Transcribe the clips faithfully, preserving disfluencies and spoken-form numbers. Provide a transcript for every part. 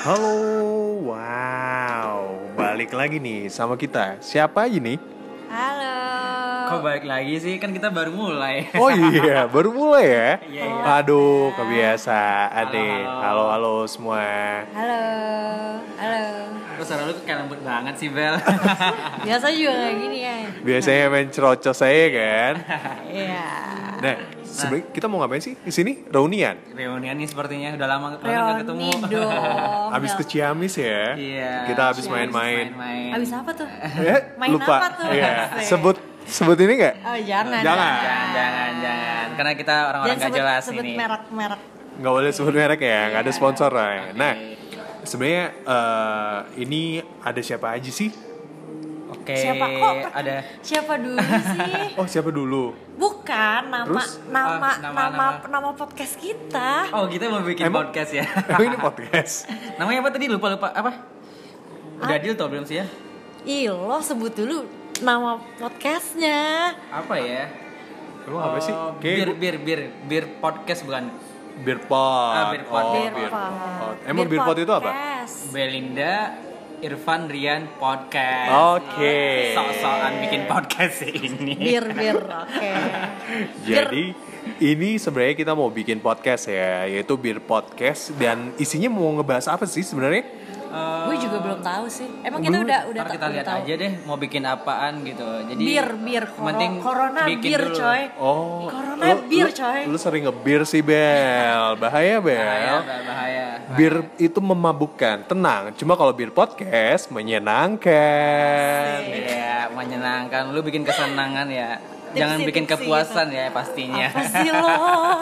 Halo, wow, balik lagi nih sama kita. Siapa aja nih? Halo. Kok balik lagi sih? Kan kita baru mulai. Oh iya, baru mulai ya? Iya, iya. Aduh, kebiasaan Halo, nih. halo. Halo, halo semua. Halo. Halo. Terus suara lu kayak lembut banget sih, Bel. Biasa juga kayak gini ya. Biasanya main cerocos saya kan? Iya. Nah, sebenarnya kita mau ngapain sih di sini? Reunian. Reunian nih sepertinya udah lama banget nggak ketemu. Reuni dong. Abis ke Ciamis ya? Iya. Kita habis Ciamis, main-main. Main-main. Abis apa tuh? Eh, Main lupa. apa tuh? Iya. Asik. Sebut sebut ini nggak? Oh jangan. Jangan. Jangan, jangan, jangan. Karena kita orang-orang Jangan gak sebut, jelas sebut ini. merek-merek. Nggak boleh sebut merek ya, nggak ada Iya. sponsor lah. Oke. Nah, sebenarnya eh, ini ada siapa aja sih? Oke. Siapa kok? Ada Siapa dulu sih? Oh, siapa dulu? Bukan nama Terus? nama, Ah, nama, nama nama. nama podcast kita. Oh, kita mau bikin Emang? podcast ya. Oh, ini podcast. Namanya apa tadi? Lupa-lupa apa? Udah deal tau belum sih ya? Ih, lo sebut dulu nama podcastnya. Apa ya? Emang apa sih? Oh, Kayak bir, bir, bir, bir podcast bukan? beer pot. Ah, beer pot. Oh, Beer beer pot. pot. Emang beer pot itu apa? Podcast. Belinda, Irfan, Rian podcast. Oke. Sok-sokan bikin podcast ini. Bir bir, oke. Jadi ini sebenarnya kita mau bikin podcast ya, yaitu beer podcast dan isinya mau ngebahas apa sih sebenarnya? Eh, Gue juga belum tahu sih. Emang kita Belum. udah udah Ntar kita udah lihat tahu. aja deh mau bikin apaan gitu. Jadi Bir bir yang penting Coro- corona bikin bir dulu. coy. Oh, Corona lu- bir, lu- coy. Lu sering ngebir sih, Bel. Bahaya, Bel. Bahaya, bah- bahaya. Bir itu memabukkan, tenang. Cuma kalau bir podcast menyenangkan. Iya, menyenangkan. Lu bikin kesenangan ya. Jangan Tipsi, bikin tipsi kepuasan ya pastinya. Apa sih lo?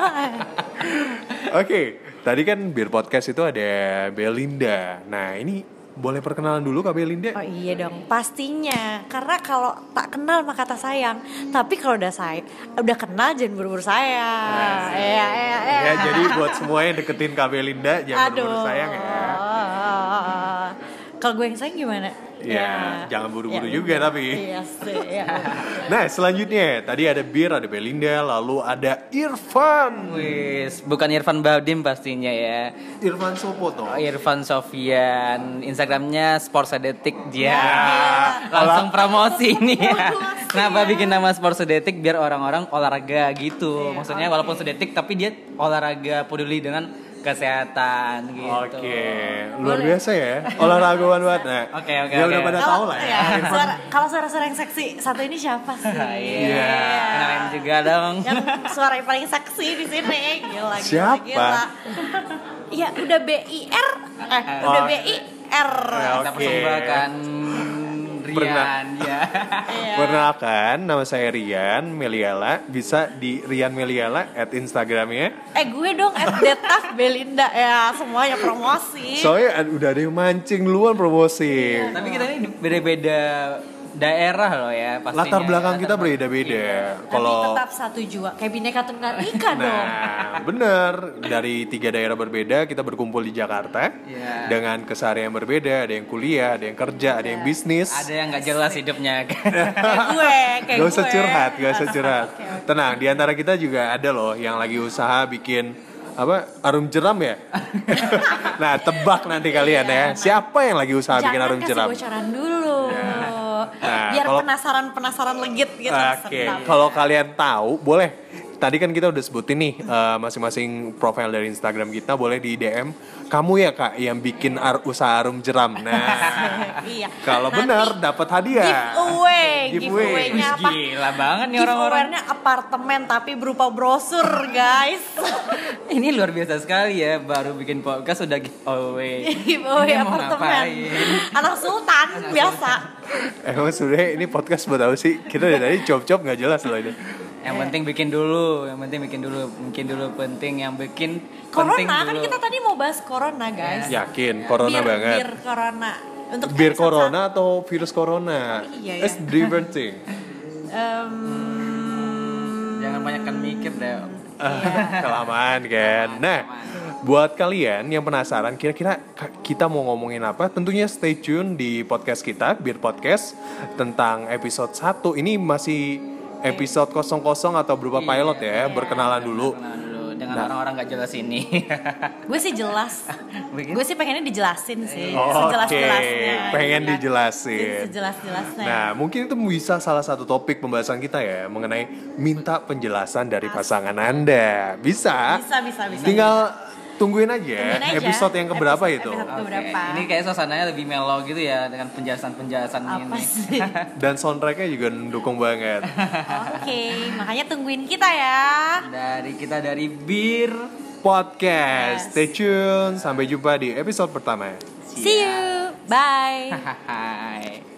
Oke, tadi kan bir podcast itu ada Belinda. Nah, ini boleh perkenalan dulu Kak Belinda? Oh iya dong, pastinya. Karena kalau tak kenal maka tak sayang. Tapi kalau udah say, udah kenal jangan buru-buru sayang. Iya iya iya. Ya, jadi buat semua yang deketin Kak Belinda jangan Aduh. buru-buru sayang ya. Kalau gue yang sayang gimana? Ya, jangan buru-buru ya juga udah. tapi. Iya sih. Ya. Nah, selanjutnya tadi ada Bir, ada Belinda, lalu ada Irfan. Wis, bukan Irfan Bahdim pastinya ya. Irfan Sopo toh. Oh, Irfan Sofian, Instagramnya Sportsedetik dia. Ya, Langsung promosi nih ya. Promosi Kenapa ya. bikin nama Sportsedetik biar orang-orang olahraga gitu. Iya, Maksudnya oke. walaupun sedetik tapi dia olahraga peduli dengan kesehatan gitu. Oke, luar biasa ya. Olahragawan banget. Nah, Oke, oke, ya oke. udah pada tahu lah ya. ya, Irfan. suara, kalau suara-suara yang seksi satu ini siapa sih? Iya. Kenalin juga dong. Yang suara yang paling seksi di sini. Gila, gila, Siapa? gila. Iya, udah B I R. Eh, udah Oh. B I R. Ya, Kita oke. persembahkan Pernah. Rian ya. Iya. Perkenalkan, nama saya Rian Meliala. Bisa di Rian Meliala at Instagramnya. Eh, gue dong at Detaf Belinda ya, semuanya promosi. Soalnya ad- udah ada yang mancing duluan promosi. Tapi kita ini beda-beda daerah loh ya pastinya. Latar belakang kita Latar belakang- beda-beda. Tapi Kalau tetap satu jua, kayak Bhinneka Tunggal Ika dong. Nah, bener. Dari tiga daerah berbeda kita berkumpul di Jakarta Iya. dengan keseharian berbeda. Ada yang kuliah, ada yang kerja, ada yang bisnis. Ada yang nggak jelas hidupnya. Kayak gue, kayak Gak usah gue. curhat, gak usah curhat. Oke, oke. Tenang, di antara kita juga ada loh yang lagi usaha bikin apa arum jeram ya. Nah, tebak nanti kalian ya. Siapa yang lagi usaha bikin Jangan arum kasih jeram? bocoran dulu. Nah, Biar kalau- penasaran-penasaran legit gitu. Oke, sedap. kalau kalian tahu boleh. Tadi kan kita udah sebutin nih eh, masing-masing profil dari Instagram kita, boleh di D M. Kamu ya Kak yang bikin ar- usaha arum jeram. Nah, Iya. kalau Nanti benar dapat hadiah. Giveaway, Giveaway. giveaway-nya apa? Gila banget nih orang-orang. Giveaway-nya apartemen tapi berupa brosur, guys. Ini luar biasa sekali ya, baru bikin podcast udah giveaway. Giveaway Ini mau apartemen. ngapain? Anak sultan biasa. Emang sebenarnya ini podcast buat apa sih? Kita dari tadi cop-cop nggak jelas loh ini. Yang penting bikin dulu, yang penting bikin dulu, mungkin dulu penting, yang bikin Corona penting kan dulu. kita tadi mau bahas corona, guys. Yakin, corona bir, banget. Bir corona. Untuk Bir episode corona atau virus corona? Iya, ya. It's different thing. Em, Jangan banyakkan mikir deh. Ah, kelamaan kan. Nah, buat kalian yang penasaran kira-kira ka- kita mau ngomongin apa, tentunya stay tune di podcast kita, Bir Podcast, tentang episode satu. Ini masih episode kosong kosong atau berupa pilot ya, berkenalan dulu. Berkenalan dulu dengan dengan Nah. orang-orang gak jelas ini. Gue sih jelas. Begitu? Gue sih pengennya dijelasin sih. Oh, Sejelas-jelasnya. oke. Pengen gitu kan. dijelasin. Sejelas-jelasnya. Nah, mungkin itu bisa salah satu topik pembahasan kita ya, mengenai minta penjelasan dari pasangan Anda. Bisa. Bisa, bisa, bisa. Tinggal tungguin aja, Tungguin aja. episode yang keberapa Episode- itu. episode- Oke. Beberapa. Ini kayak suasananya lebih mellow gitu ya dengan penjelasan-penjelasan Apa ini. sih? Dan soundtracknya juga mendukung banget. Oke, makanya tungguin kita ya. Dari kita dari Bir. Podcast, Yes. stay tune. Sampai jumpa di episode pertama. See you. Bye. Hai.